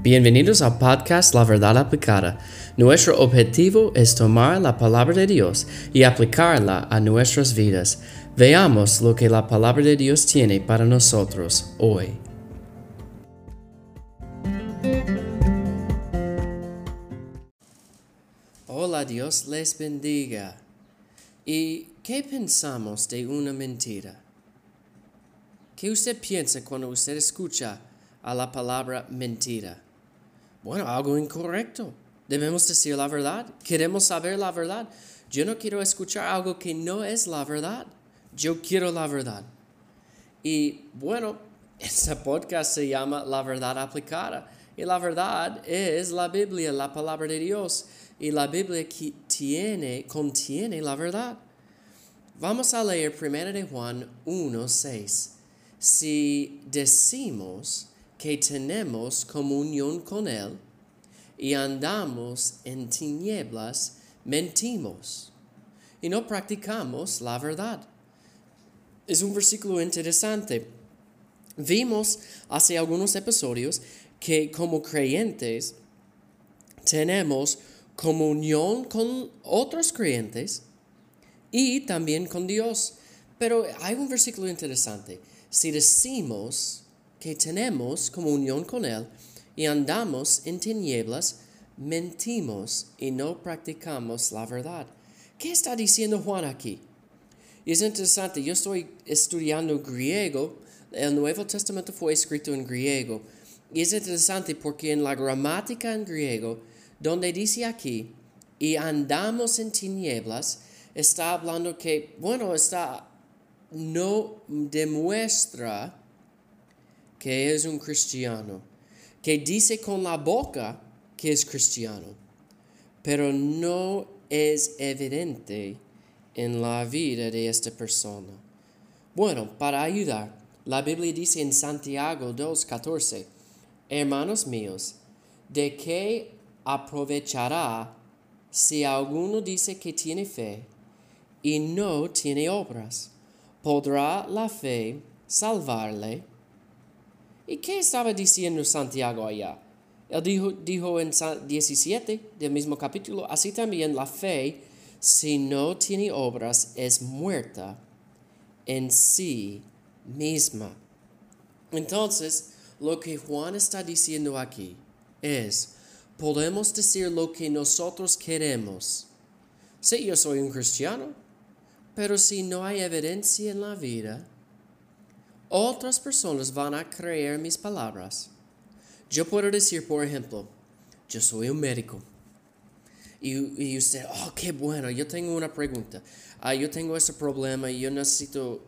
Bienvenidos al podcast La Verdad Aplicada. Nuestro objetivo es tomar la palabra de Dios y aplicarla a nuestras vidas. Veamos lo que la palabra de Dios tiene para nosotros hoy. Hola, Dios les bendiga. ¿Y qué pensamos de una mentira? ¿Qué usted piensa cuando usted escucha a la palabra mentira? Bueno, algo incorrecto. Debemos decir la verdad. Queremos saber la verdad. Yo no quiero escuchar algo que no es la verdad. Yo quiero la verdad. Y bueno, este podcast se llama La Verdad Aplicada. Y la verdad es la Biblia, la palabra de Dios. Y la Biblia contiene la verdad. Vamos a leer 1 de Juan 1:6. Si decimos que tenemos comunión con Él y andamos en tinieblas, mentimos y no practicamos la verdad. Es un versículo interesante. Vimos hace algunos episodios que como creyentes tenemos comunión con otros creyentes y también con Dios. Pero hay un versículo interesante. Si decimos que tenemos comunión con Él y andamos en tinieblas, mentimos y no practicamos la verdad. ¿Qué está diciendo Juan aquí? Es interesante, yo estoy estudiando griego, el Nuevo Testamento fue escrito en griego, y es interesante porque en la gramática en griego, donde dice aquí, y andamos en tinieblas, está hablando que, no demuestra que es un cristiano, que dice con la boca que es cristiano, pero no es evidente en la vida de esta persona. Bueno, para ayudar, la Biblia dice en Santiago 2:14, hermanos míos, ¿de qué aprovechará si alguno dice que tiene fe y no tiene obras? ¿Podrá la fe salvarle? ¿Y qué estaba diciendo Santiago allá? Él dijo en 17 del mismo capítulo, así también la fe, si no tiene obras, es muerta en sí misma. Entonces, lo que Juan está diciendo aquí es, podemos decir lo que nosotros queremos. Sí, yo soy un cristiano, pero si no hay evidencia en la vida, otras personas van a creer mis palabras. Yo puedo decir, por ejemplo, yo soy un médico. Y usted, oh, qué bueno, yo tengo una pregunta. Yo tengo este problema y yo necesito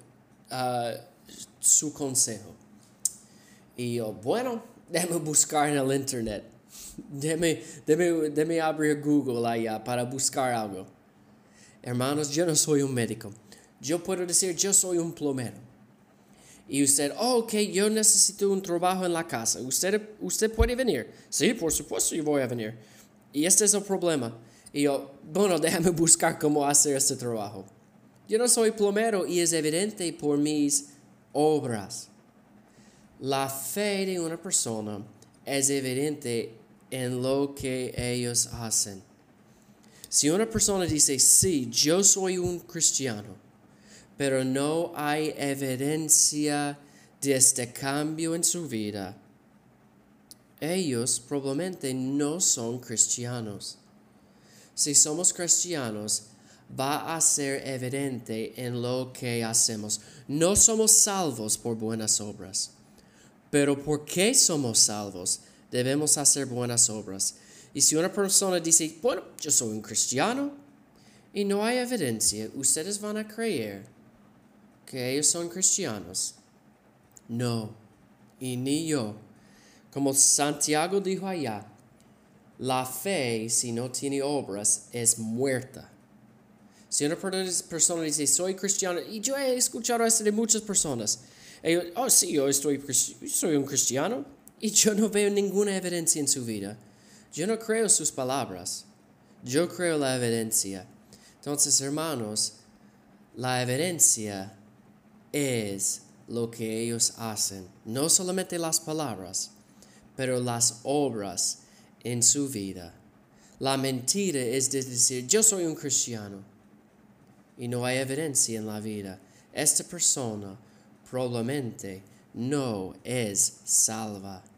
su consejo. Y yo, bueno, déjame buscar en el internet. Déjame abrir Google allá para buscar algo. Hermanos, yo no soy un médico. Yo puedo decir, yo soy un plomero. Y usted, ok, yo necesito un trabajo en la casa. ¿Usted puede venir? Sí, por supuesto yo voy a venir. Y este es el problema. Y yo, bueno, déjame buscar cómo hacer este trabajo. Yo no soy plomero y es evidente por mis obras. La fe de una persona es evidente en lo que ellos hacen. Si una persona dice, sí, yo soy un cristiano, pero no hay evidencia de este cambio en su vida, ellos probablemente no son cristianos. Si somos cristianos, va a ser evidente en lo que hacemos. No somos salvos por buenas obras, pero ¿por qué somos salvos? Debemos hacer buenas obras. Y si una persona dice, bueno, yo soy un cristiano, y no hay evidencia, ustedes van a creer que ellos son cristianos. No, y ni yo. Como Santiago dijo allá, la fe, si no tiene obras, es muerta. Si una persona dice, soy cristiano, y yo he escuchado esto de muchas personas, ellos, oh sí, yo soy un cristiano, y yo no veo ninguna evidencia en su vida. Yo no creo sus palabras, yo creo la evidencia. Entonces, hermanos, la evidencia es lo que ellos hacen, no solamente las palabras, pero las obras en su vida. La mentira es decir, yo soy un cristiano y no hay evidencia en la vida. Esta persona probablemente no es salva.